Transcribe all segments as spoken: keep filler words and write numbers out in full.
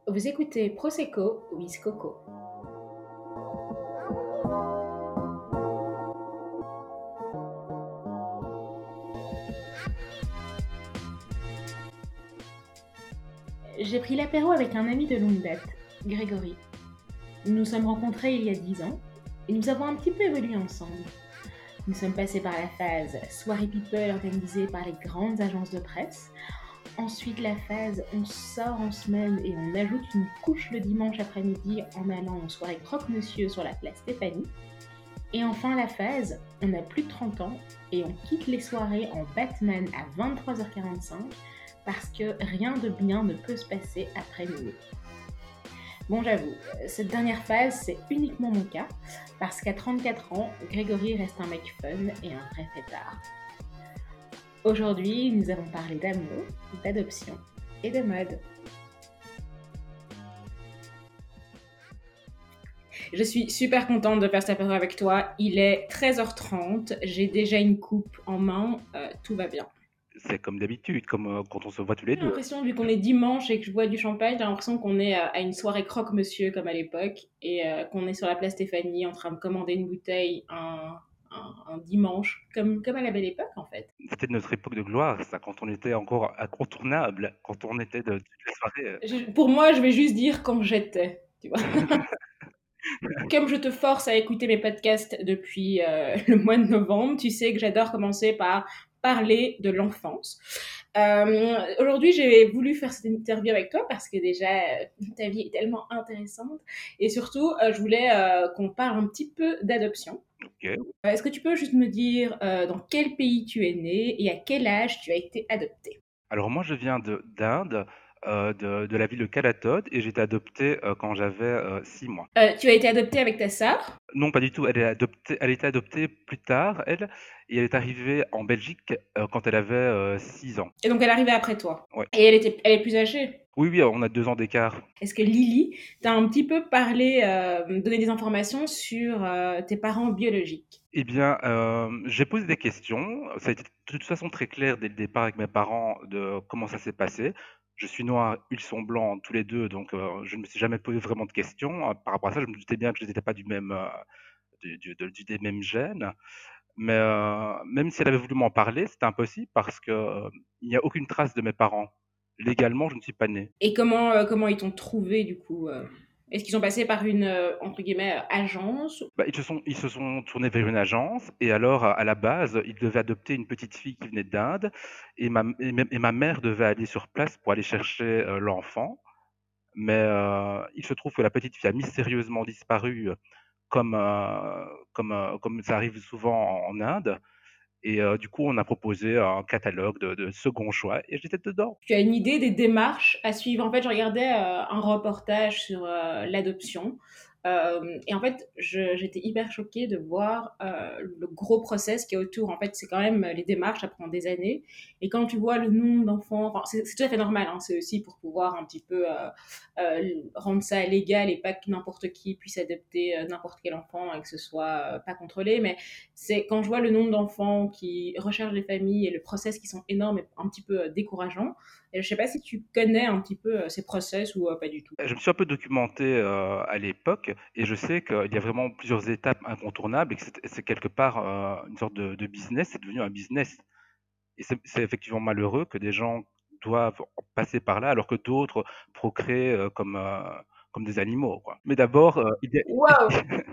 Vous écoutez Prosecco with Coco. J'ai pris l'apéro avec un ami de longue date, Grégory. Nous nous sommes rencontrés il y a dix ans et nous avons un petit peu évolué ensemble. Nous sommes passés par la phase soirée people organisée par les grandes agences de presse. Ensuite, la phase on sort en semaine et on ajoute une couche le dimanche après-midi en allant en soirée croque-monsieur sur la place Stéphanie. Et enfin la phase, on a plus de trente ans et on quitte les soirées en Batman à vingt-trois heures quarante-cinq parce que rien de bien ne peut se passer après minuit. Bon, j'avoue, cette dernière phase, c'est uniquement mon cas, parce qu'à trente-quatre ans, Grégory reste un mec fun et un vrai fêtard. Aujourd'hui, nous avons parlé d'amour, d'adoption et de mode. Je suis super contente de faire cette apéro avec toi. Il est treize heures trente, j'ai déjà une coupe en main, euh, tout va bien. C'est comme d'habitude, comme euh, quand on se voit tous les J'ai deux. l'impression, vu qu'on est dimanche et que je bois du champagne, j'ai l'impression qu'on est euh, à une soirée croque-monsieur comme à l'époque et euh, qu'on est sur la place Stéphanie en train de commander une bouteille un, un, un dimanche, comme, comme à la belle époque en fait. C'était notre époque de gloire, ça, quand on était encore incontournable, quand on était de toute la soirée. euh. Je- pour moi, je vais juste dire quand j'étais, tu vois. Comme je te force à écouter mes podcasts depuis euh, le mois de novembre, tu sais que j'adore commencer par parler de l'enfance. Euh, Aujourd'hui, j'ai voulu faire cette interview avec toi parce que déjà, euh, ta vie est tellement intéressante. Et surtout, euh, je voulais euh, qu'on parle un petit peu d'adoption. Ok. Euh, Est-ce que tu peux juste me dire euh, dans quel pays tu es né et à quel âge tu as été adopté? Alors moi, je viens de d'Inde, euh, de, de la ville de Calatode, et j'ai été adopté euh, quand j'avais euh, six mois. Euh, tu as été adopté avec ta sœur? Non, pas du tout. Elle est adoptée, elle a été adoptée plus tard, elle, et elle est arrivée en Belgique euh, quand elle avait euh, six ans. Et donc elle arrivait après toi. Ouais. Et elle était, elle est plus âgée? Oui, oui, on a deux ans d'écart. Est-ce que Lily t'a un petit peu parlé, euh, donné des informations sur euh, tes parents biologiques? Eh bien, euh, j'ai posé des questions. Ça a été de toute façon très clair dès le départ avec mes parents de comment ça s'est passé. Je suis noir, ils sont blancs tous les deux, donc euh, je ne me suis jamais posé vraiment de questions. Euh, Par rapport à ça, je me doutais bien que je n'étais pas du même, euh, du, du- de- du- des mêmes gènes. Mais euh, même si elle avait voulu m'en parler, c'était impossible parce que euh, il n'y a aucune trace de mes parents. Légalement, je ne suis pas né. Et comment, euh, comment ils t'ont trouvé du coup euh Est-ce qu'ils sont passés par une, euh, entre guillemets, euh, agence? Bah, ils se sont, ils se sont tournés vers une agence et alors à à la base, ils devaient adopter une petite fille qui venait d'Inde et ma, et même- et ma mère devait aller sur place pour aller chercher euh, l'enfant. Mais euh, il se trouve que la petite fille a mystérieusement disparu, euh, comme, euh, comme, euh, comme ça arrive souvent en, en Inde. Et euh, du coup, on a proposé un catalogue de, de second choix et j'étais dedans. Tu as une idée des démarches à suivre? En fait, je regardais euh, un reportage sur euh, l'adoption. Euh, et en fait, je- j'étais hyper choquée de voir euh, le gros process qui est autour. En fait, c'est quand même les démarches, ça prend des années. Et quand tu vois le nombre d'enfants, enfin, c'est c'est tout à fait normal. Hein, c'est aussi pour pouvoir un petit peu euh, euh, rendre ça légal et pas que n'importe qui puisse adopter euh, n'importe quel enfant et que ce soit euh, pas contrôlé. Mais c'est quand je vois le nombre d'enfants qui recherchent des familles et le process qui sont énormes et un petit peu euh, décourageants. Et je sais pas si tu connais un petit peu euh, ces process ou euh, pas du tout. Je me suis un peu documenté euh, à l'époque et je sais qu'il y a vraiment plusieurs étapes incontournables et que c'est c'est quelque part euh, une sorte de, de business, c'est devenu un business. Et c'est c'est effectivement malheureux que des gens doivent passer par là alors que d'autres procréent euh, comme, euh, comme des animaux, quoi. Mais d'abord, euh, il y a, Waouh.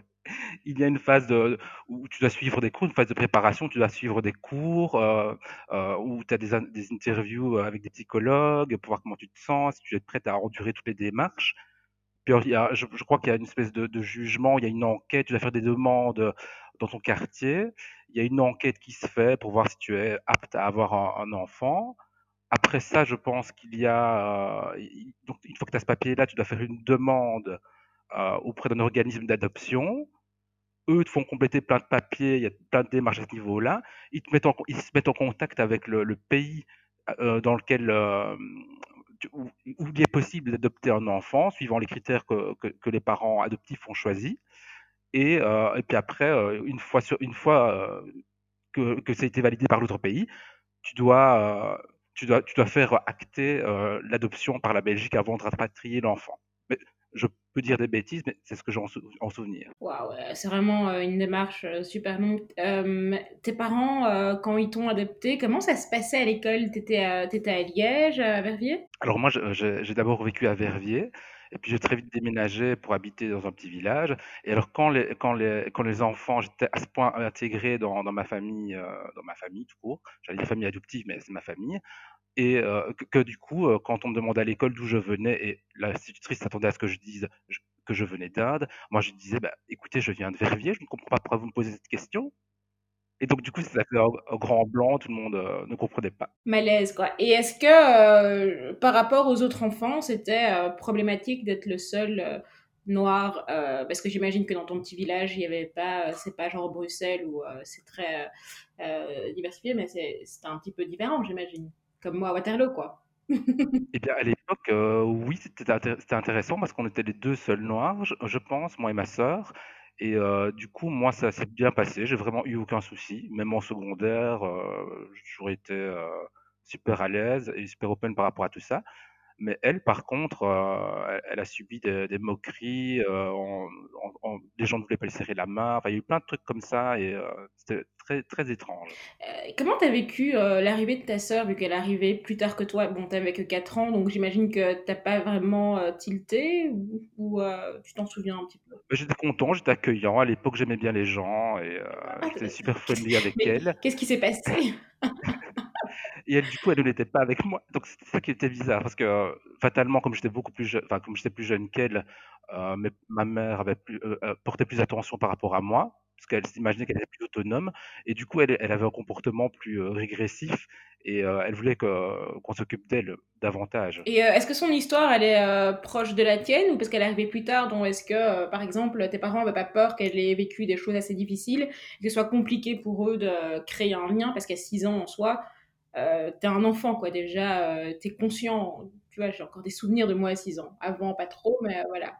il y a une phase de, où tu dois suivre des cours, une phase de préparation, tu dois suivre des cours, euh, euh, où tu as des, in- des interviews avec des psychologues pour voir comment tu te sens, si tu es prête à endurer toutes les démarches. Puis il y a, je, je crois qu'il y a une espèce de, de jugement, il y a une enquête, tu dois faire des demandes dans ton quartier. Il y a une enquête qui se fait pour voir si tu es apte à avoir un, un enfant. Après ça, je pense qu'il y a, euh, il- donc une fois que tu as ce papier-là, tu dois faire une demande euh, auprès d'un organisme d'adoption. Eux te font compléter plein de papiers, il y a plein de démarches à ce niveau-là. Ils te mettent en, ils se mettent en contact avec le, le pays euh, dans lequel euh, où, où il est possible d'adopter un enfant, suivant les critères que, que, que les parents adoptifs ont choisis. Et, euh, et puis après, euh, une fois, sur, une fois euh, que, que ça a été validé par l'autre pays, tu dois, euh, tu dois, tu dois faire acter euh, l'adoption par la Belgique avant de rapatrier l'enfant. Mais je peux dire des bêtises, mais c'est ce que j'ai en, sou- en souvenir. Waouh, ouais, c'est vraiment euh, une démarche euh, super longue. Euh, tes parents, euh, quand ils t'ont adopté, comment ça se passait à l'école? T'étais à, t'étais à Liège, à Verviers? Alors moi, je- j'ai j'ai d'abord vécu à Verviers, et puis j'ai très vite déménagé pour habiter dans un petit village. Et alors quand les, quand les, quand les enfants, j'étais à ce point intégré dans, dans ma famille, euh, dans ma famille tout court, j'allais dire famille adoptive, mais c'est ma famille, et euh, que, que du coup, euh, quand on me demandait à l'école d'où je venais, et l'institutrice s'attendait à ce que je dise je- que je venais d'Inde, moi je disais, bah, écoutez, je viens de Verviers, je ne comprends pas pourquoi vous me posez cette question. Et donc du coup, ça fait un, un grand blanc, tout le monde euh, ne comprenait pas. Malaise, quoi. Et est-ce que, euh, par rapport aux autres enfants, c'était euh, problématique d'être le seul euh, noir euh, parce que j'imagine que dans ton petit village, il y avait pas, euh, c'est pas genre Bruxelles où euh, c'est très euh, euh, diversifié, mais c'est, c'était un petit peu différent, j'imagine. Comme moi à Waterloo, quoi. Eh bien, à l'époque, heu, oui, c'était inté c'était intéressant parce qu'on était les deux seuls noirs, je je pense, moi et ma sœur. Et heu, du coup, moi, ça s'est bien passé. J'ai vraiment eu aucun souci. Même en secondaire, heu, j'ai toujours été, heu, super à l'aise et super open par rapport à tout ça. Mais elle, par contre, heu, elle elle a subi des des moqueries, heu, on on on les gens ne voulaient pas lui serrer la main. Enfin, il y a eu plein de trucs comme ça, et heu, c'était très, très étrange. Euh, comment t'as vécu euh, l'arrivée de ta sœur, vu qu'elle est arrivée plus tard que toi? Bon, t'avais que quatre ans, donc j'imagine que t'as pas vraiment euh, tilté, ou, ou, euh, tu t'en souviens un petit peu? Mais j'étais content, j'étais accueillant. À l'époque, j'aimais bien les gens, et heu, Ah, j'étais peut-être. super friendly avec Mais elle. qu'est-ce qui s'est passé? Et elle, du coup, elle ne l'était pas avec moi. Donc c'était ça qui était bizarre, parce que euh, fatalement, comme j'étais beaucoup plus jeune, enfin comme j'étais plus jeune qu'elle, euh, mais ma mère avait plus, euh, euh, portait plus attention par rapport à moi, parce qu'elle s'imaginait qu'elle était plus autonome, et du coup, elle, elle avait un comportement plus euh, régressif, et euh, elle voulait que qu'on s'occupe d'elle davantage. Et euh, est-ce que son histoire, elle est euh, proche de la tienne ou parce qu'elle est arrivée plus tard, donc est-ce que, euh, par exemple, tes parents n'avaient pas peur qu'elle ait vécu des choses assez difficiles, et que ce soit compliqué pour eux de créer un lien, parce qu'à six ans en soi, euh, t'es un enfant, quoi, déjà, euh, t'es conscient, tu vois, j'ai encore des souvenirs de moi à six ans. Avant, pas trop, mais euh, voilà.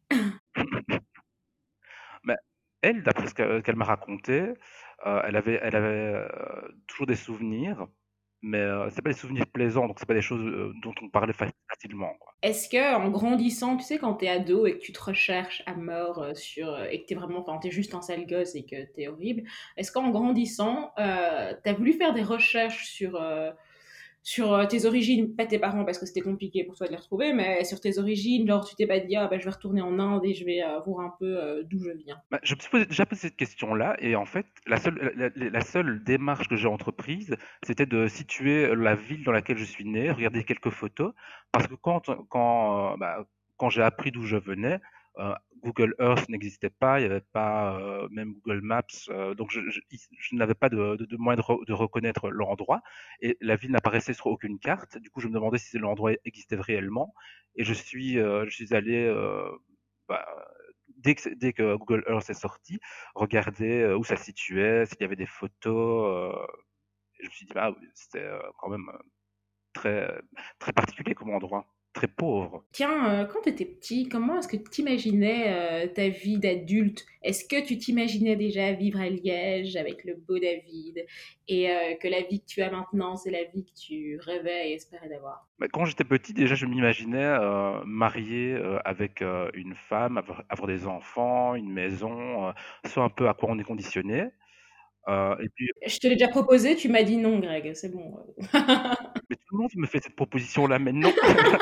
Mais elle, d'après ce que- qu'elle m'a raconté, euh, elle avait, elle avait euh, toujours des souvenirs, mais euh, c'est pas des souvenirs plaisants, donc c'est pas des choses euh, dont on parlait fa- facilement, quoi. Est-ce que, en grandissant, tu sais, quand t'es ado et que tu te recherches à mort euh, sur, euh, et que t'es vraiment, enfin, t'es juste un sale gosse et que t'es horrible, est-ce qu'en grandissant, euh, t'as voulu faire des recherches sur, euh, sur euh, tes origines, pas tes parents parce que c'était compliqué pour toi de les retrouver, mais sur tes origines, genre tu t'es pas dit, ah bah je vais retourner en Inde et je vais euh, voir un peu euh, d'où je viens. Bah, je me suis posé- déjà posé cette question-là, et en fait, la seule, la, la- la seule démarche que j'ai entreprise, c'était de situer la ville dans laquelle je suis né, regarder quelques photos, parce que quand, quand, euh, bah, quand j'ai appris d'où je venais, euh, Google Earth n'existait pas, il n'y avait pas euh, même Google Maps, euh, donc je, je- je n'avais pas de, de, de moyen de, re- de reconnaître l'endroit, et la ville n'apparaissait sur aucune carte. Du coup, je me demandais si l'endroit existait réellement, et je suis, euh, je suis allé euh, bah, dès que, dès que Google Earth est sorti, regarder euh, où ça se situait, s'il y avait des photos. Euh, et je me suis dit, bah, oui, c'était euh, quand même euh, très, très particulier comme endroit, très pauvre. Tiens, euh, quand tu étais petit, comment est-ce que tu imaginais euh, ta vie d'adulte? Est-ce que tu t'imaginais déjà vivre à Liège avec le beau David et euh, que la vie que tu as maintenant, c'est la vie que tu rêvais et espérais d'avoir? Mais quand j'étais petit, déjà, je m'imaginais euh, marié euh, avec euh, une femme, avoir, avoir des enfants, une maison, euh, soit un peu à quoi on est conditionné. Euh, et puis, Je te l'ai déjà proposé, tu m'as dit non, Greg, c'est bon. mais tout le monde me fait cette proposition-là, mais non.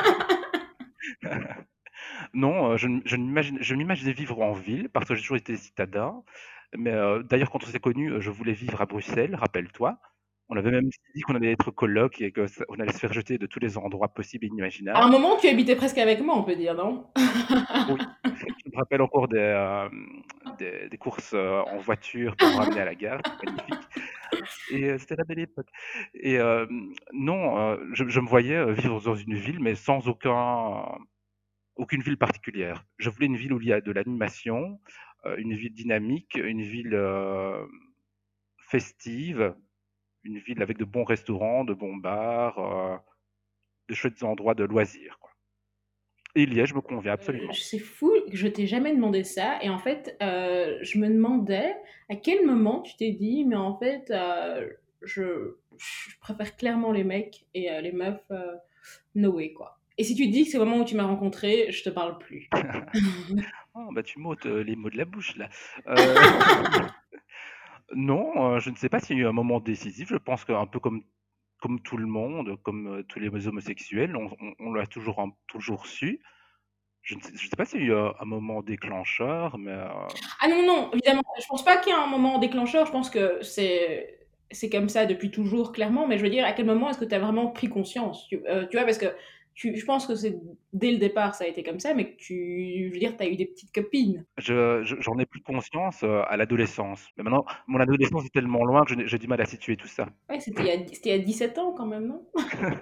Non, heu, je ne je ne m'imagine je m'imaginais vivre en ville parce que j'ai toujours été citadin. Mais, heu, d'ailleurs, quand on s'est connus, heu, je voulais vivre à Bruxelles, rappelle-toi. On avait même dit qu'on allait être colocs et que ça on allait se faire jeter de tous les endroits possibles et À un inimaginables. moment, tu habitais presque avec moi, on peut dire, non? Oui, je me rappelle encore des, hem, des des courses, heu, en voiture pour me ramener à la gare, c'était magnifique, et heu, c'était la belle époque. Et hem, non, heu, je je me voyais, heu, vivre dans une ville, mais sans aucun aucune ville particulière. Je voulais une ville où il y a de l'animation, euh, une ville dynamique, une ville euh, festive, une ville avec de bons restaurants, de bons bars, euh, de chouettes endroits de loisirs, quoi. Et Liège me convient Euh, absolument. c'est fou, je t'ai jamais demandé ça. Et en fait, euh, je me demandais à quel moment tu t'es dit, mais en fait, euh, je, je préfère clairement les mecs et euh, les meufs, euh, no way, quoi. Et si tu te dis que c'est au moment où tu m'as rencontré, je te parle plus. Ah, bah tu m'ôtes euh, les mots de la bouche là. Euh, non, euh, je ne sais pas s'il y a eu un moment décisif. Je pense qu'un peu comme, comme tout le monde, comme euh, tous les homosexuels, on, on- on l'a toujours, un- toujours su. Je ne sais, je sais pas s'il y a eu un, un moment déclencheur, mais euh, Ah non, non, évidemment, je pense pas qu'il y a un moment déclencheur, je pense que c'est c'est comme ça depuis toujours, clairement, mais je veux dire, à quel moment est-ce que tu as vraiment pris conscience tu, euh, tu vois, parce que tu, je pense que c'est dès le départ, ça a été comme ça, mais que tu, je veux dire, tu as eu des petites copines. je, je- j'en ai plus conscience euh, à l'adolescence. Mais maintenant, mon adolescence est tellement loin que je n'ai- j'ai du mal à situer tout ça. Ouais, c'était il y a, c'était il y a dix-sept ans quand même, non?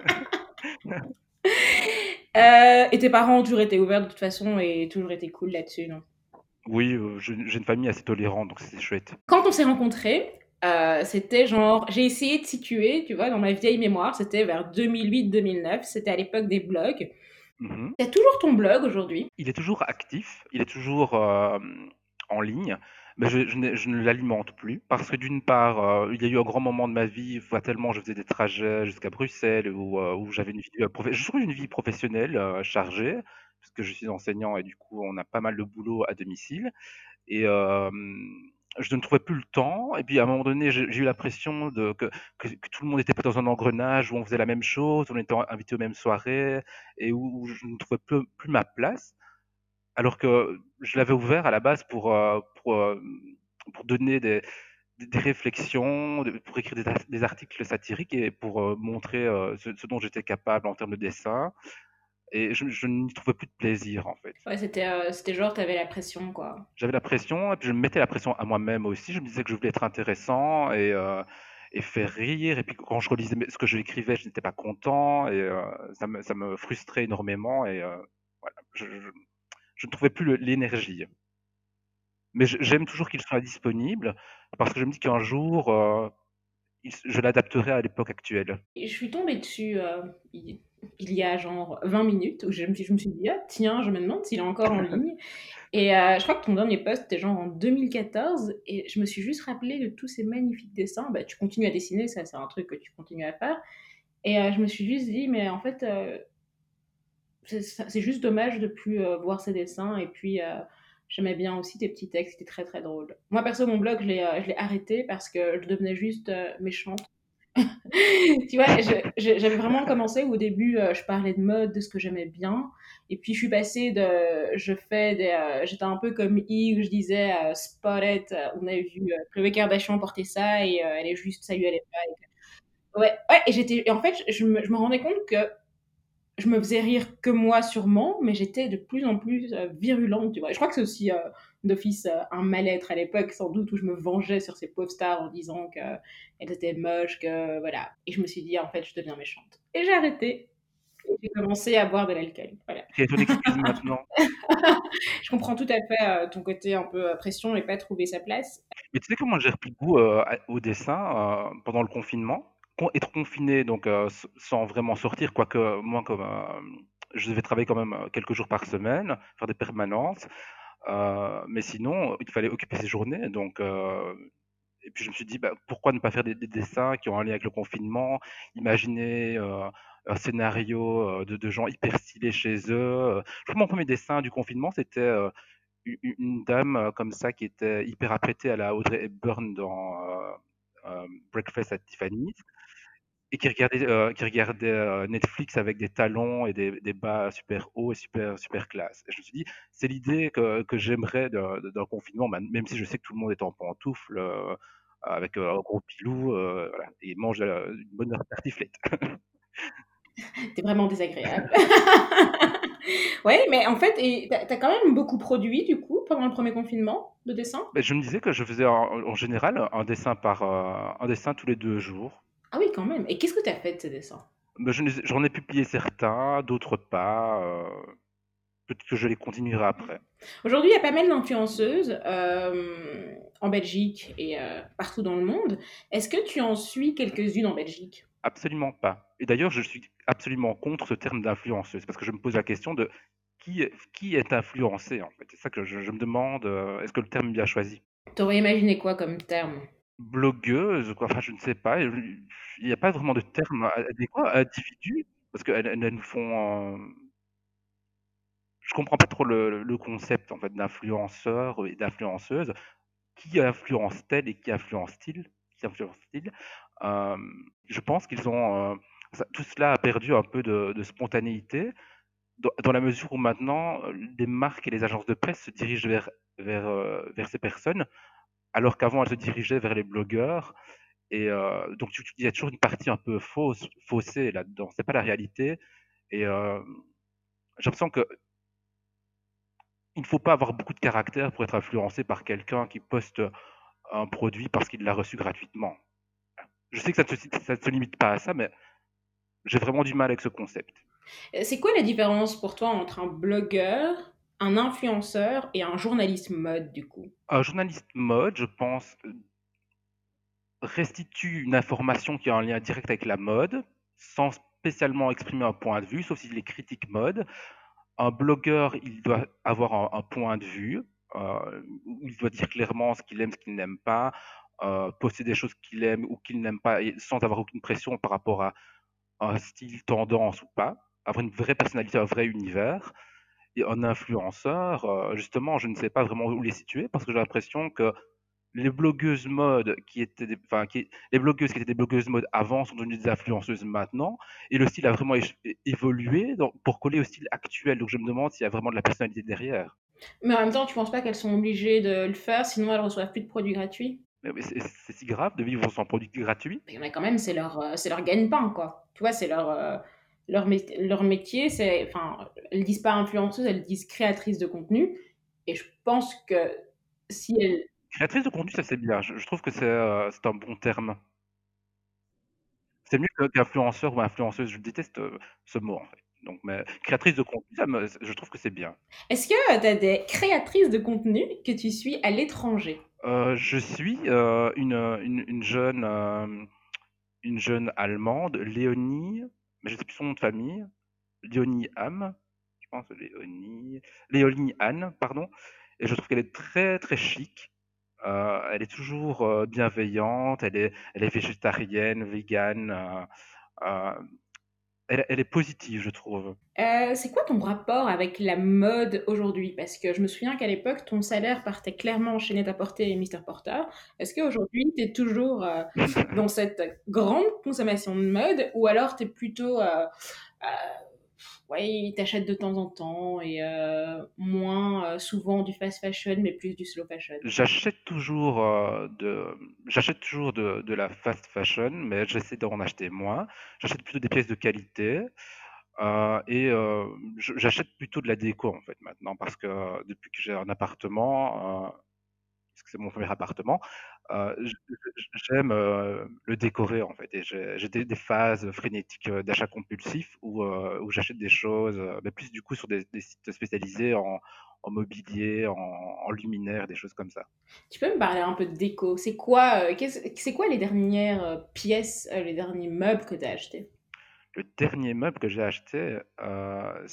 Euh, et tes parents ont toujours été ouverts de toute façon et toujours été cool là-dessus, non? Oui, euh, je- j'ai une famille assez tolérante, donc c'est chouette. Quand on s'est rencontrés, euh, c'était genre, j'ai essayé de situer, tu vois, dans ma vieille mémoire, c'était vers deux mille huit deux mille neuf, c'était à l'époque des blogs. Mhm. T'as toujours ton blog aujourd'hui? Il est toujours actif, il est toujours euh, en ligne, mais je, je n'ai- je ne l'alimente plus parce que d'une part, euh, il y a eu un grand moment de ma vie, fois tellement je faisais des trajets jusqu'à Bruxelles où, euh, où j'avais une vie, euh, profe- j'ai toujours eu une vie professionnelle euh, chargée, puisque je suis enseignant et du coup on a pas mal de boulot à domicile. Et euh, je ne trouvais plus le temps. Et puis à un moment donné, j'ai j'ai eu l'impression de, que, que, que tout le monde était dans un engrenage où on faisait la même chose, on était invité aux mêmes soirées et où, où je ne trouvais plus, plus ma place. Alors que je l'avais ouvert à la base pour, euh, pour, euh, pour donner des, des, des réflexions, de- pour écrire des, ar- des articles satiriques et pour euh, montrer euh, ce, ce dont j'étais capable en termes de dessin. Et je, je n'y trouvais plus de plaisir en fait. Ouais, c'était euh, c'était genre, t'avais la pression, quoi. J'avais la pression et puis je me mettais la pression à moi-même aussi. Je me disais que je voulais être intéressant et, euh, et faire rire. Et puis quand je relisais ce que je écrivais, je n'étais pas content et euh, ça, me, ça me frustrait énormément et euh, voilà, je, je, je ne trouvais plus le- l'énergie. Mais je- j'aime toujours qu'il soit disponible parce que je me dis qu'un jour, euh, il- je l'adapterai à l'époque actuelle. Et je suis tombée dessus euh, il, il y a genre vingt minutes où je me, suis- je me suis dit, ah, tiens, je me demande s'il est encore en ligne. Et euh, je crois que ton dernier post était genre en deux mille quatorze et je me suis juste rappelé de tous ces magnifiques dessins. Bah, tu continues à dessiner, ça c'est un truc que tu continues à faire. Et euh, je me suis juste dit, mais en fait, euh, c'est c'est juste dommage de plus euh, voir ces dessins. Et puis, euh, j'aimais bien aussi tes petits textes, c'était très très drôle. Moi, perso, mon blog, je l'ai euh, je l'ai arrêté parce que je devenais juste euh, méchante. Tu vois, je- je- j'avais vraiment commencé où au début, euh, je parlais de mode, de ce que j'aimais bien. Et puis, je suis passée de. Je fais des. Euh, j'étais un peu comme I, où je disais euh, Spotted, euh, on avait vu euh, Khloé Kardashian porter ça et euh, elle est juste, ça lui allait pas. Ouais, ouais, et j'étais. Et en fait, je me, je me rendais compte que je me faisais rire que moi sûrement, mais j'étais de plus en plus euh, virulente, tu vois. Et je crois que c'est aussi euh, d'office euh, un mal-être à l'époque, sans doute, où je me vengeais sur ces pauvres stars en disant qu'elles étaient moches, que voilà. Et je me suis dit, en fait, je deviens méchante. Et j'ai arrêté. Et j'ai commencé à boire de l'alcool. Voilà. Quelle est ton excuse maintenant? Je comprends tout à fait euh, ton côté un peu euh, pression et pas trouver sa place. Mais tu sais comment j'ai repris goût euh, à- au dessin euh, pendant le confinement? Con- Être confiné, donc euh, s- sans vraiment sortir, quoique moi, comme euh, je devais travailler quand même euh, quelques jours par semaine, faire des permanences, euh, mais sinon, il fallait occuper ses journées. Donc, euh, et puis je me suis dit, bah, pourquoi ne pas faire des, des dessins qui ont un lien avec le confinement? Imaginer euh, un scénario euh, de, de gens hyper stylés chez eux. Je crois que mon premier dessin du confinement, c'était euh, une, une dame euh, comme ça qui était hyper apprêtée à la Audrey Hepburn dans euh, euh, Breakfast at Tiffany's et qui regardait, euh, qui regardait euh, Netflix avec des talons et des, des bas super hauts et super, super classe. Et je me suis dit, c'est l'idée que, que j'aimerais d'un d'un confinement, même même si je sais que tout le monde est en pantoufles, euh, avec euh, un gros pilou, euh, voilà, et mange euh, une bonne tartiflette. C'était vraiment désagréable. Ouais, mais en fait, et t'as t'as quand même beaucoup produit, du coup, pendant le premier confinement de dessin. Mais je me disais que je faisais en, en général un dessin par euh, un dessin tous les deux jours. Ah oui, quand même. Et qu'est-ce que t'as fait de ces dessins? Mais je n'ai- j'en ai publié certains, d'autres pas. euh, Peut-être que je les continuerai après. Aujourd'hui, il y a pas mal d'influenceuses euh, en Belgique et euh, partout dans le monde. Est-ce que tu en suis quelques-unes en Belgique? Absolument pas. Et d'ailleurs, je suis absolument contre ce terme d'influenceuse, parce que je me pose la question de qui est, qui est influencé, en fait. C'est ça que je, je me demande, euh, est-ce que le terme est bien choisi? T'aurais imaginé quoi comme terme? Blogueuse, quoi, enfin, je ne sais pas. Il n'y a pas vraiment de terme adéquat. Individu, parce qu'elles elles, elles nous font. comprends pas trop le le concept, en fait, d'influenceur et d'influenceuse. Qui influence-t-elle et qui influence-t-il? Qui influence-t-il? Hem, je pense qu'ils ont, heu, ça tout cela a perdu un peu de de spontanéité dans dans la mesure où maintenant, heu, les marques et les agences de presse se dirigent vers vers, heu, vers ces personnes, alors qu'avant elles se dirigeaient vers les blogueurs et heu, donc tu tu il y a toujours une partie un peu fausse faussée là-dedans. C'est pas la réalité et hem, j'ai l'impression qu'il ne faut pas avoir beaucoup de caractère pour être influencé par quelqu'un qui poste un produit parce qu'il l'a reçu gratuitement. Je sais que ça ne se, ça ne se limite pas à ça, mais j'ai vraiment du mal avec ce concept. Euh, C'est quoi la différence pour toi entre un blogueur, un influenceur et un journaliste mode du coup? Un journaliste mode, je pense, restitue une information qui a un lien direct avec la mode, sans spécialement exprimer un point de vue, sauf s'il est critique mode. Un blogueur, il doit avoir un, un point de vue, euh, où il doit dire clairement ce qu'il aime, ce qu'il n'aime pas, euh, poster des choses qu'il aime ou qu'il n'aime pas, et sans avoir aucune pression par rapport à un style tendance ou pas, avoir une vraie personnalité, un vrai univers. Et un influenceur, euh, justement, je ne sais pas vraiment où les situer parce que j'ai l'impression que les blogueuses mode qui étaient des, enfin, qui, les blogueuses qui étaient des blogueuses mode avant sont devenues des influenceuses maintenant et le style a vraiment évolué donc, pour coller au style actuel. Donc je me demande s'il y a vraiment de la personnalité derrière. Mais en même temps, tu penses pas qu'elles sont obligées de le faire, sinon elles reçoivent plus de produits gratuits? Mais, mais c'est c'est si grave de vivre sans produit gratuit. Mais mais quand même, c'est leur, euh, c'est leur gagne-pain, quoi. Tu vois, c'est leur, euh, leur, mé- leur métier. C'est, enfin, elles disent pas influenceuse, elles disent créatrice de contenu. Et je pense que si elles... Créatrice de contenu, ça c'est bien. Je, je trouve que c'est euh, c'est un bon terme. C'est mieux que- qu'influenceur ou influenceuse. Je déteste euh, ce mot en fait. Donc, mais créatrice de contenu, ça me- je trouve que c'est bien. Est-ce que tu as des créatrices de contenu que tu suis à l'étranger? Euh, je suis euh, une, une, une jeune, euh, une jeune Allemande, Léonie, mais je ne sais plus son nom de famille, Léonie Ham, je pense, Léonie, Léonie Anne, pardon, et je trouve qu'elle est très très chic. Euh, elle est toujours euh, bienveillante, elle est, elle est végétarienne, végane, euh, euh, elle, elle est positive, je trouve. Euh, c'est quoi ton rapport avec la mode aujourd'hui? Parce que je me souviens qu'à l'époque, ton salaire partait clairement chez Net-à-Porter et Mister Porter. Est-ce qu'aujourd'hui, tu es toujours euh, dans cette grande consommation de mode ou alors tu es plutôt, euh, euh, ouais, t'achètes de temps en temps et euh, moins euh, souvent du fast fashion, mais plus du slow fashion? J'achète toujours euh, de, j'achète toujours de, de la fast fashion, mais j'essaie d'en acheter moins. J'achète plutôt des pièces de qualité. Euh, et euh, je- j'achète plutôt de la déco en fait maintenant parce que euh, depuis que j'ai un appartement, euh, parce que c'est mon premier appartement, euh, j- j- j'aime euh, le décorer en fait. Et j'ai j'ai des, des phases frénétiques euh, d'achat compulsif où, euh, où j'achète des choses, euh, mais plus du coup sur des, des sites spécialisés en, en mobilier, en, en luminaire, des choses comme ça. Tu peux me parler un peu de déco? C'est quoi, euh, qu'est-ce- c'est quoi les dernières euh, pièces, euh, les derniers meubles que tu as achetés? Le dernier meuble que j'ai acheté, euh,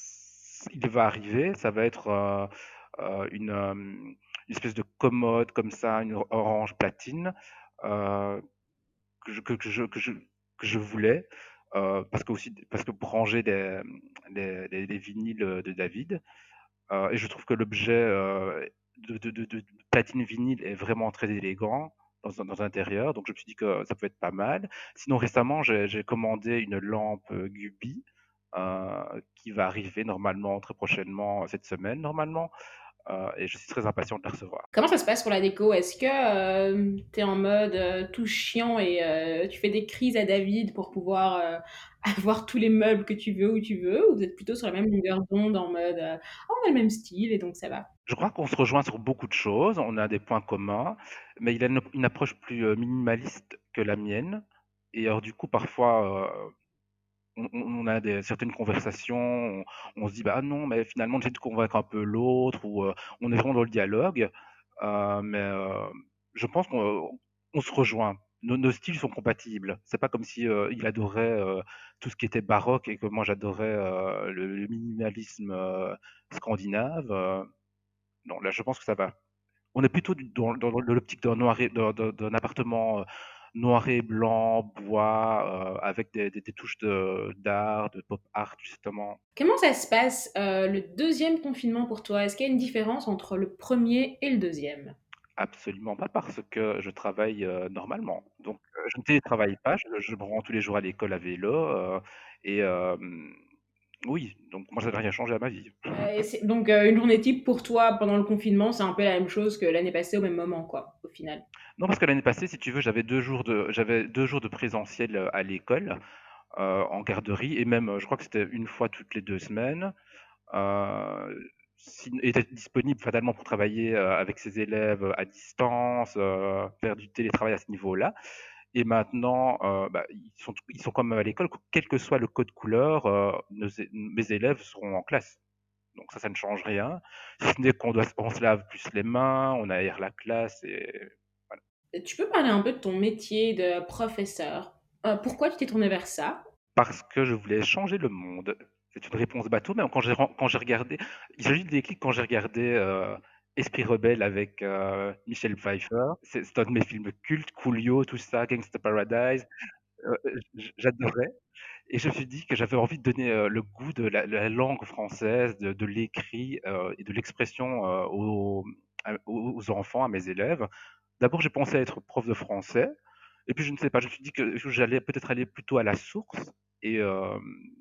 c- il va arriver, ça va être euh, euh, une, euh, une espèce de commode comme ça, une orange platine, euh, que je, que, que je, que je, que je voulais, euh, parce que aussi, parce que pour ranger les, les, les- les vinyles de David, euh, et je trouve que l'objet euh, de, de, de, de platine vinyle est vraiment très élégant dans, dans l'intérieur, donc je me suis dit que ça peut être pas mal. Sinon, récemment, j'ai j'ai commandé une lampe euh, Gubi euh, qui va arriver normalement très prochainement euh, cette semaine, normalement, euh, et je suis très impatient de la recevoir. Comment ça se passe pour la déco? Est-ce que tu es en mode euh, tout chiant et euh, tu fais des crises à David pour pouvoir euh, avoir tous les meubles que tu veux où tu veux? Ou vous êtes plutôt sur la même longueur d'onde en mode euh, ah, on a le même style et donc ça va? Je crois qu'on se rejoint sur beaucoup de choses, on a des points communs, mais il a une, une approche plus euh, minimaliste que la mienne. Et alors, du coup, parfois, euh, on, on a des, certaines conversations, on, on se dit, bah ah non, mais finalement, j'essaie de convaincre un peu l'autre, ou euh, on est vraiment dans le dialogue. Euh, mais euh, je pense qu'on on se rejoint. Nos, nos styles sont compatibles. C'est pas comme si euh, il adorait euh, tout ce qui était baroque et que moi j'adorais euh, le, le minimalisme euh, scandinave. Euh, non, là, je pense que ça va. On est plutôt du- dans, dans l'optique d'un noir et- d'un d'un- d'un appartement euh, noir et blanc, bois, euh, avec des, des- des touches de d'art, de pop art, justement. Comment ça se passe, euh, le deuxième confinement pour toi? Est-ce qu'il y a une différence entre le premier et le deuxième? Absolument pas, parce que je travaille euh, normalement. Donc, euh, je ne télétravaille pas, je, je me rends tous les jours à l'école à vélo. euh, et euh, oui, donc moi, ça n'a rien changé à ma vie. Euh, et c'est- donc, euh, une journée type pour toi pendant le confinement, c'est un peu la même chose que l'année passée au même moment, quoi, au final. Non, parce que l'année passée, si tu veux, j'avais deux jours de, j'avais deux jours de présentiel euh, à l'école, euh, en garderie, et même, euh, je crois que c'était une fois toutes les deux semaines. Euh, si- était disponible fatalement pour travailler euh, avec ses élèves euh, à distance, euh, faire du télétravail à ce niveau-là. Et maintenant, euh, bah, ils sont, ils sont comme à l'école, quel que soit le code couleur, euh, nos é- mes élèves seront en classe. Donc ça, ça ne change rien. Si ce n'est qu'on doit, on se lave plus les mains, on aère la classe et voilà. Tu peux parler un peu de ton métier de professeur? Euh, pourquoi tu t'es tourné vers ça? Parce que je voulais changer le monde. C'est une réponse bateau, mais quand j'ai ren- quand j'ai regardé, il s'agit des déclic quand j'ai regardé euh, Esprit rebelle avec euh, Michel Pfeiffer. C'est c'est un de mes films cultes, Coolio, tout ça, Gangsta Paradise. Euh, j- J'adorais. Et je me suis dit que j'avais envie de donner euh, le goût de la, la langue française, de, de l'écrit euh, et de l'expression euh, aux, à- aux enfants, à mes élèves. D'abord, j'ai pensé à être prof de français. Et puis, je ne sais pas, je me suis dit que j'allais peut-être aller plutôt à la source. Et, euh,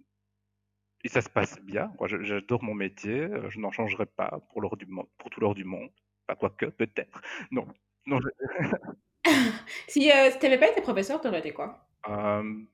et ça se passe bien, quoi. Je- J'adore mon métier. euh, Je n'en changerai pas pour, l'or du monde, pour tout l'or du monde. Pas quoique, peut-être. Non. Non, je, Si, euh, si t'avais pas été professeur, t'aurais été quoi? euh,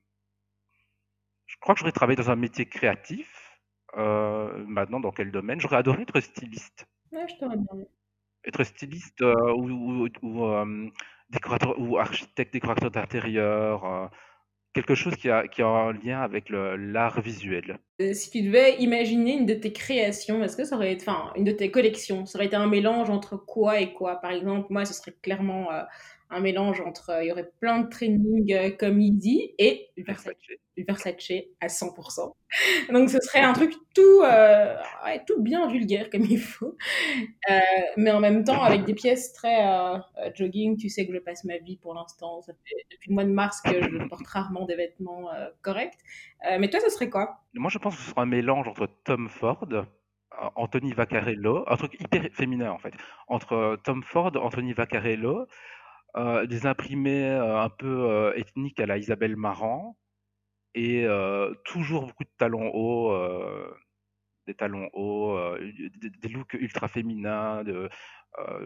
je crois que j'aurais travaillé dans un métier créatif. Euh, maintenant, dans quel domaine? J'aurais adoré être styliste. Ouais, je t'aurais bien. Être styliste euh, ou, ou, ou, euh, décorateur ou architecte, décorateur d'intérieur. euh, quelque chose qui a, qui a un lien avec le- l'art visuel. Euh, si tu devais imaginer une de tes créations, est-ce que ça aurait été, enfin, une de tes collections, ça aurait été un mélange entre quoi et quoi? Par exemple, moi, ce serait clairement euh, un mélange entre, euh, il y aurait plein de training euh, comme Easy et Versace, Versace. Versace à cent pour cent. Donc, ce serait un truc tout, euh, ouais, tout bien vulgaire comme il faut. Euh, mais en même temps, avec des pièces très euh, euh, jogging, tu sais que je passe ma vie pour l'instant. Ça fait depuis le mois de mars que je porte rarement des vêtements euh, corrects. Euh, mais toi, ce serait quoi? Moi, je pense que ce sera un mélange entre Tom Ford, euh, Anthony Vaccarello, un truc hyper féminin en fait, entre euh, Tom Ford, Anthony Vaccarello, euh, des imprimés euh, un peu euh, ethniques à la Isabelle Marant, et euh, toujours beaucoup de talons hauts, euh, des talons hauts, euh, des, des looks ultra féminins, de, euh,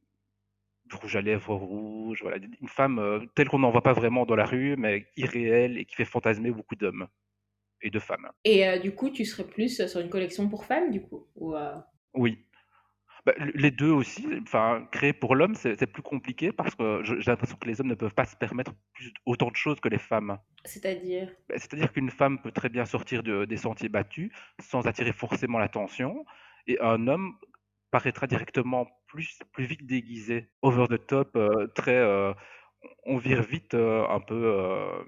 du rouge à lèvres rouge, voilà, une femme euh, telle qu'on n'en voit pas vraiment dans la rue, mais irréelle et qui fait fantasmer beaucoup d'hommes et de femmes. Et euh, du coup, tu serais plus sur une collection pour femmes, du coup ou, euh, Oui. Bah, l- les deux aussi, enfin, créer pour l'homme, c'est c'est plus compliqué parce que je- j'ai l'impression que les hommes ne peuvent pas se permettre plus, autant de choses que les femmes. c'est-à-dire? Bah, c'est-à-dire qu'une femme peut très bien sortir de- des sentiers battus sans attirer forcément l'attention, et un homme paraîtra directement plus, plus vite déguisé, over the top, euh, très, euh, on vire vite euh, un peu euh,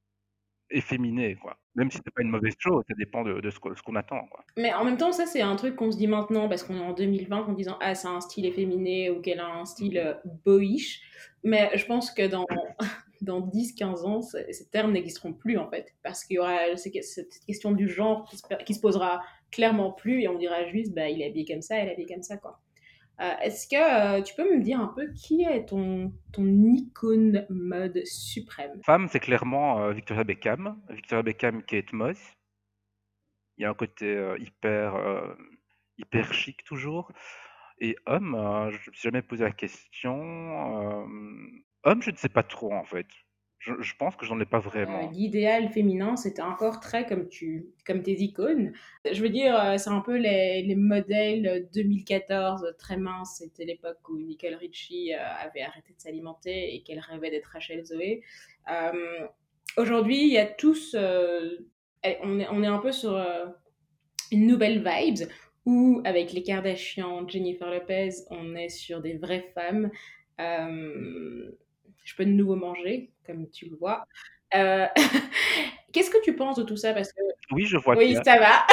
efféminé, quoi. Même si c'est pas une mauvaise chose, ça dépend de, de ce que- ce qu'on attend, quoi. Mais en même temps, ça, c'est un truc qu'on se dit maintenant parce qu'on est en deux mille vingt en disant ah, c'est un style efféminé ou qu'elle a un style Mhm. euh, boyish. Mais je pense que dans, dans dix quinze ans, c- ces termes n'existeront plus en fait. Parce qu'il y aura ces que- cette question du genre qui se, qui se posera clairement plus et on dira juste bah, il est habillé comme ça, elle est habillée comme ça, quoi. Euh, Est-ce que euh, tu peux me dire un peu qui est ton, ton icône mode suprême? Femme, c'est clairement euh, Victoria Beckham. Victoria Beckham, Kate Moss. Il y a un côté euh, hyper, euh, hyper chic toujours. Et homme, euh, je me suis jamais posé la question. euh, homme, je ne sais pas trop en fait. Je, je pense que j'en ai pas Euh, vraiment. l'idéal féminin, c'était encore très comme tu, comme tes icônes. Je veux dire, euh, c'est un peu les, les modèles deux mille quatorze, très minces. C'était l'époque où Nicole Richie euh, avait arrêté de s'alimenter et qu'elle rêvait d'être Rachel Zoé. Euh, Aujourd'hui, il y a tous, euh, on est, on est un peu sur euh, une nouvelle vibes où, avec les Kardashians, Jennifer Lopez, on est sur des vraies femmes. Euh, je peux de nouveau manger, comme tu le vois. Euh, Qu'est-ce que tu penses de tout ça? Parce que Oui, je vois oui, bien. ça va.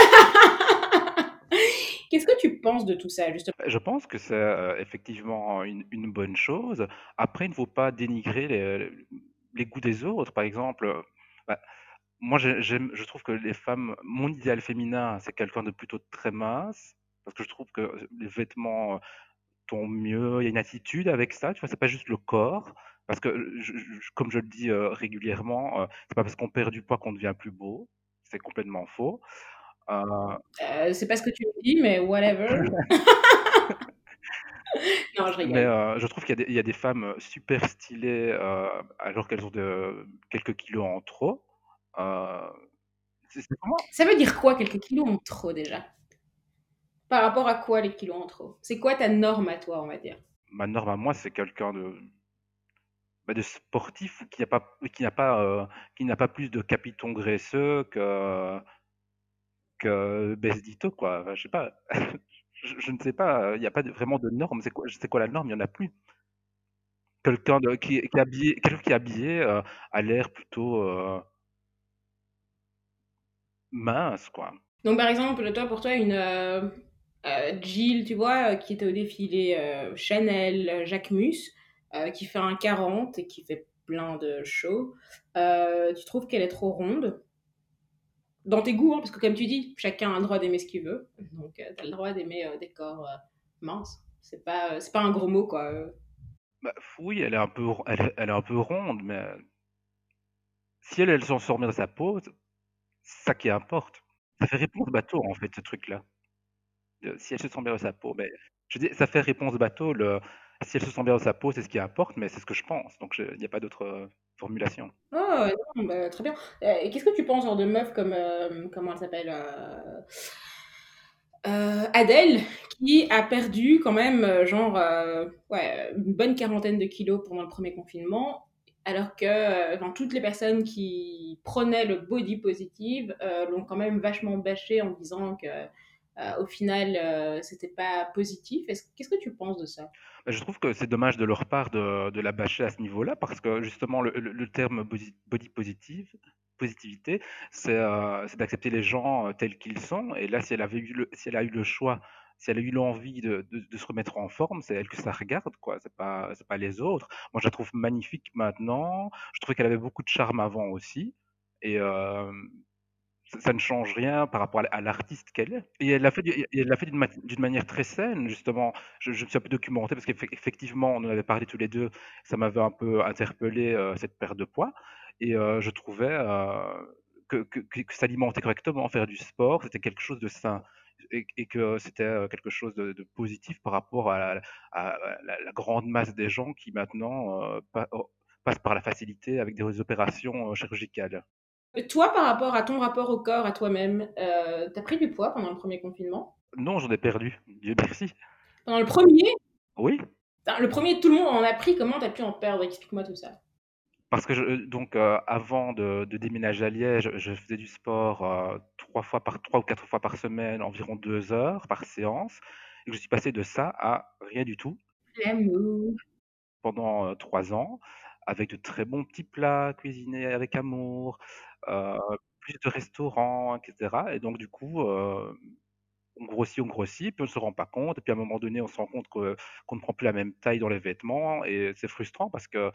Qu'est-ce que tu penses de tout ça, justement? Je pense que c'est euh, effectivement une, une bonne chose. Après, il ne faut pas dénigrer les, les goûts des autres. Par exemple, euh, bah, moi, j'ai- j'aime, je trouve que les femmes, mon idéal féminin, c'est quelqu'un de plutôt très mince, parce que je trouve que les vêtements tombent mieux, il y a une attitude avec ça, tu vois, c'est pas juste le corps, parce que, je- je- comme je le dis euh, régulièrement, euh, c'est pas parce qu'on perd du poids qu'on devient plus beau, c'est complètement faux. Euh, Euh, c'est pas ce que tu me dis, mais whatever. Non, je mais rigole. euh, je trouve qu'il y a des, il y a des femmes super stylées euh, alors qu'elles ont de, quelques kilos en trop. Euh, c'est c'est vraiment Ça veut dire quoi quelques kilos en trop déjà? Par rapport à quoi les kilos en trop? C'est quoi ta norme à toi, on va dire? ma norme à moi, c'est quelqu'un de, bah, de sportif qui n'a pas, qui n'a pas, euh, qui n'a pas plus de capitons graisseux que, que Besdito, quoi. Enfin, je sais pas. je, je ne sais pas. Il n'y a pas de- vraiment de norme. C'est quoi, c'est quoi la norme? Il n'y en a plus. Quelqu'un de, qui, qui est habillé, quelqu'un qui est habillé euh, a l'air plutôt euh, mince, quoi. Donc, par exemple, toi, pour toi, une euh, euh, Jill, tu vois, euh, qui était au défilé euh, Chanel, euh, Jacquemus, euh, qui fait un quarante et qui fait plein de shows, euh, tu trouves qu'elle est trop ronde? Dans tes goûts, hein, parce que comme tu dis, chacun a le droit d'aimer ce qu'il veut. Donc, euh, t'as le droit d'aimer euh, des corps euh, minces. C'est pas, euh, c'est pas un gros mot, quoi. Euh, Bah, oui, elle est un peu, ro- elle, est elle est un peu ronde, mais si elle, elle s'en sort bien de sa peau, c'est ça qui importe. Ça fait réponse bateau, en fait, ce truc-là. Euh, Si elle se sent bien dans sa peau, mais je dis, ça fait réponse bateau. Le, si elle se sent bien dans sa peau, c'est ce qui importe, mais c'est ce que je pense. Donc, je- il n'y a pas d'autre euh, formulation. Oh, non, bah, très bien. Euh, et qu'est-ce que tu penses genre de meufs comme, euh, comment elle s'appelle euh, euh, Adèle, qui a perdu quand même, euh, genre, euh, ouais, une bonne quarantaine de kilos pendant le premier confinement, alors que euh, enfin, toutes les personnes qui prônaient le body positive euh, l'ont quand même vachement bâché en disant que, euh, au final, euh, c'était pas positif. Est-ce- Qu'est-ce que tu penses de ça? Bah, je trouve que c'est dommage de leur part de, de la bâcher à ce niveau-là, parce que justement, le, le- le terme body, body positive, positivité, c'est euh, c'est d'accepter les gens euh, tels qu'ils sont. Et là, si elle avait eu le, si elle a eu le choix, si elle a eu l'envie de, de- de se remettre en forme, c'est elle que ça regarde, quoi. C'est pas, c'est pas les autres. Moi, je la trouve magnifique maintenant. Je trouvais qu'elle avait beaucoup de charme avant aussi. Et euh, ça, ça ne change rien par rapport à, à l'artiste qu'elle est. Et elle l'a fait, du- et elle l'a fait d'une ma- d'une manière très saine, justement. Je, je me suis un peu documenté parce qu'effectivement, on en avait parlé tous les deux. Ça m'avait un peu interpellé, euh, cette perte de poids. Et euh, je trouvais euh, que, que, que- que s'alimenter correctement, faire du sport, c'était quelque chose de sain. Et, et que c'était euh, quelque chose de, de positif par rapport à la, à la- la grande masse des gens qui maintenant euh, pa- passent par la facilité avec des opérations euh, chirurgicales. Toi, par rapport à ton rapport au corps, à toi-même, euh, t'as pris du poids pendant le premier confinement? Non, j'en ai perdu. Dieu merci. Pendant le premier, Oui, enfin, le premier, tout le monde en a pris. Comment t'as pu en perdre? Explique-moi tout ça. parce que je, donc euh, avant de, de déménager à Liège, je faisais du sport euh, trois fois par trois ou quatre fois par semaine, environ deux heures par séance. Et je suis passé de ça à rien du tout L'amour. pendant euh, trois ans, avec de très bons petits plats cuisinés avec amour, euh, plus de restaurants, et cetera. Et donc du coup, euh, on grossit, on grossit, puis on ne se rend pas compte. Et puis à un moment donné, on se rend compte que- qu'on ne prend plus la même taille dans les vêtements. Et c'est frustrant parce que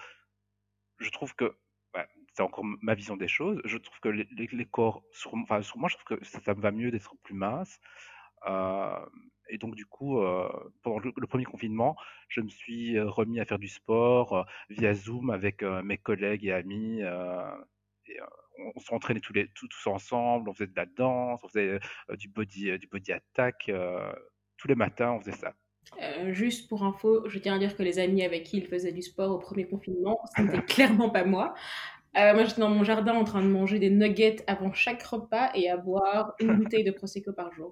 je trouve que, ouais, c'est encore ma vision des choses, je trouve que les, les- les corps, sur, enfin, sur moi, je trouve que ça, ça me va mieux d'être plus mince. Euh, et donc, du coup, euh, pendant le, le premier confinement, je me suis euh, remis à faire du sport euh, via Zoom avec euh, mes collègues et amis. Euh, et, euh, on, on s'entraînait tous, les, tous, tous ensemble, on faisait de la danse, on faisait euh, du, body, euh, du body attack. Euh, tous les matins, on faisait ça. Euh, juste pour info, je tiens à dire que les amis avec qui il faisait du sport au premier confinement, ce n'était clairement pas moi. Euh, moi, j'étais dans mon jardin en train de manger des nuggets avant chaque repas et à boire une bouteille de Prosecco par jour.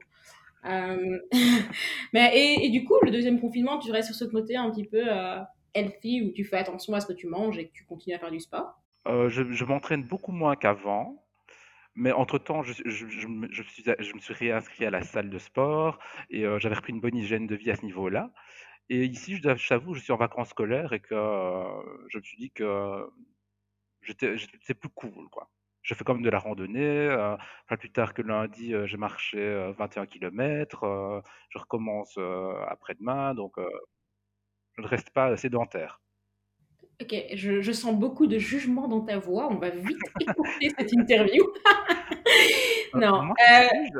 Euh, Mais, et, et du coup, le deuxième confinement, tu restes sur ce côté un petit peu euh, healthy où tu fais attention à ce que tu manges et que tu continues à faire du sport. Euh, je je m'entraîne beaucoup moins qu'avant. Mais entre-temps, je, je, je me je suis, je me suis réinscrit à la salle de sport et euh, j'avais repris une bonne hygiène de vie à ce niveau-là. Et ici, je dois- je t'avoue, je suis en vacances scolaires et que euh, je me suis dit que j'étais, j'étais- c'est plus cool, quoi. Je fais quand même de la randonnée. Euh, pas plus tard que lundi, euh, j'ai marché euh, vingt et un kilomètres. Euh, je recommence euh, après-demain, donc euh, je ne reste pas sédentaire. Ok, je, je sens beaucoup de jugement dans ta voix. On va vite écourter cette interview. Euh, Non, moi qui euh, juge,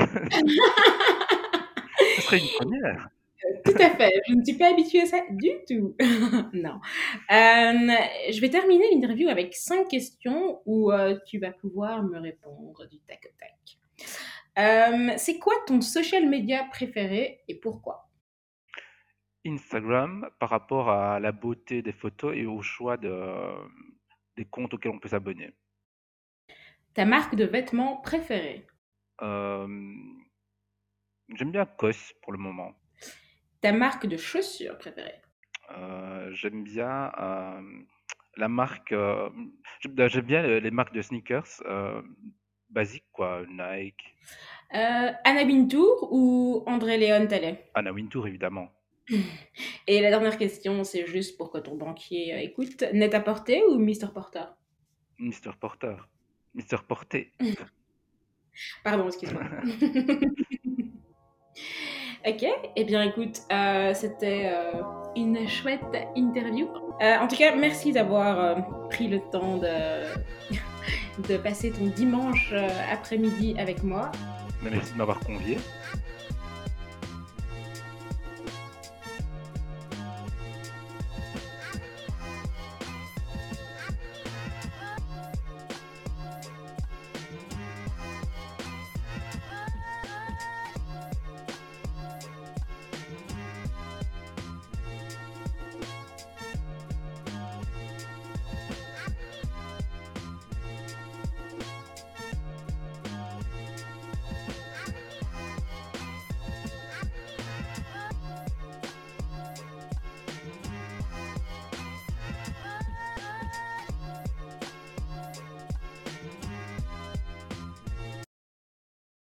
ce serait une première. tout à fait. Je ne suis pas habituée à ça du tout. Non. Euh, je vais terminer l'interview avec cinq questions où euh, tu vas pouvoir me répondre du tac au tac. Euh, c'est quoi ton social media préféré et pourquoi? Instagram, par rapport à la beauté des photos et au choix de, des comptes auxquels on peut s'abonner. Ta marque de vêtements préférée? Euh, J'aime bien C O S pour le moment. Ta marque de chaussures préférée? Euh, j'aime bien euh, la marque. euh, j'aime j'aime bien les les marques de sneakers euh, basiques, quoi. Nike, Euh, Anna Wintour ou André Léon Tallet? Anna Wintour, évidemment. Et la dernière question, c'est juste pour que ton banquier euh, écoute. Net-à-porter ou Mister Porter? Mister Porter. Mister Porter. Pardon, excuse-moi. Ok, eh bien écoute, euh, c'était euh, une chouette interview. Euh, en tout cas, merci d'avoir euh, pris le temps de, de passer ton dimanche euh, après-midi avec moi. Mais merci de m'avoir convié.